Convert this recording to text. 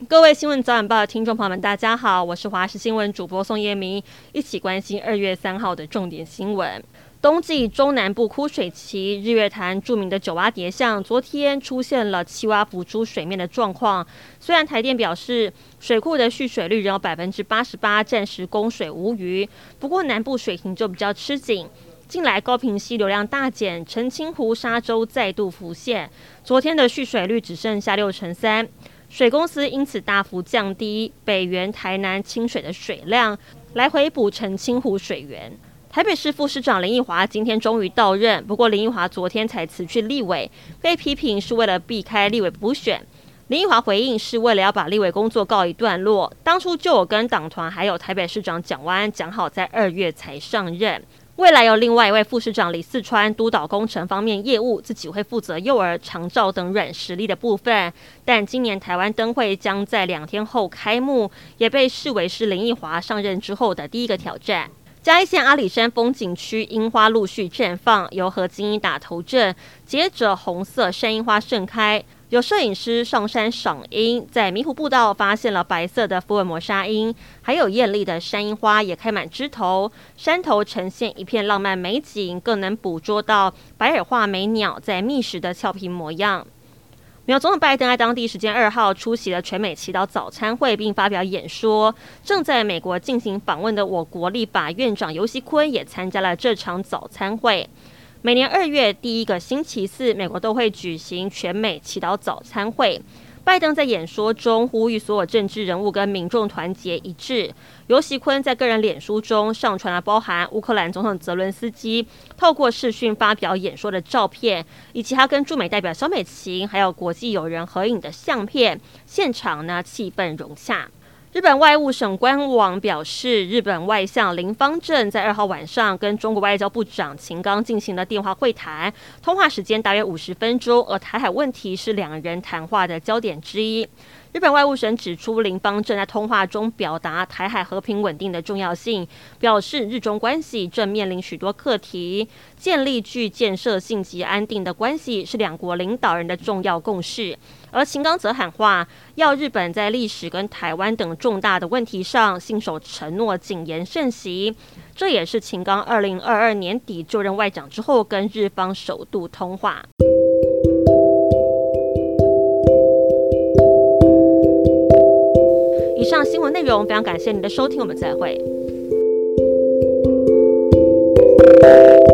各位新闻早晚报的听众朋友们，大家好，我是华视新闻主播宋叶明，一起关心2月3号的重点新闻。冬季中南部枯水期，日月潭著名的九蛙蝶象昨天出现了7蛙浮出水面的状况。虽然台电表示水库的蓄水率仍有88%，暂时供水无虞，不过南部水情就比较吃紧。近来高屏溪流量大减，澄清湖沙洲再度浮现，昨天的蓄水率只剩下3%。水公司因此大幅降低北园、台南清水的水量，来回补澄清湖水源。台北市副市长林奕华今天终于到任，不过林奕华昨天才辞去立委，被批评是为了避开立委补选。林奕华回应是为了要把立委工作告一段落，当初就有跟党团还有台北市长蒋万安讲好，在2月才上任。未来有另外一位副市长李四川督导工程方面业务，自己会负责幼儿、长照等软实力的部分。但今年台湾灯会将在2天后开幕，也被视为是林奕华上任之后的第一个挑战。嘉义县阿里山风景区樱花陆续绽放，由和精英打头阵，接着红色山樱花盛开。有摄影师上山赏樱，在迷湖步道发现了白色的福尔摩沙樱，还有艳丽的山樱花也开满枝头，山头呈现一片浪漫美景，更能捕捉到白耳画眉鸟在觅食的俏皮模样。美国总统拜登在当地时间2号出席了全美祈祷早餐会，并发表演说。正在美国进行访问的我国立法院长游锡堃也参加了这场早餐会。每年2月第一个星期四，美国都会举行全美祈祷早餐会。拜登在演说中呼吁所有政治人物跟民众团结一致。游锡堃在个人脸书中上传了包含乌克兰总统泽伦斯基透过视讯发表演说的照片，以及他跟驻美代表萧美琴还有国际友人合影的相片，现场呢气氛融洽。日本外务省官网表示，日本外相林芳正在2号晚上跟中国外交部长秦刚进行了电话会谈，通话时间大约50分钟，而台海问题是2人谈话的焦点之一。日本外务省指出，林芳正在通话中表达台海和平稳定的重要性，表示日中关系正面临许多课题，建立具建设性及安定的关系是2国领导人的重要共识。而秦刚则喊话，要日本在历史跟台湾等重大的问题上信守承诺，谨言慎行。这也是秦刚2022年底就任外长之后跟日方首度通话。以上新闻内容非常感谢您的收听，我们再会。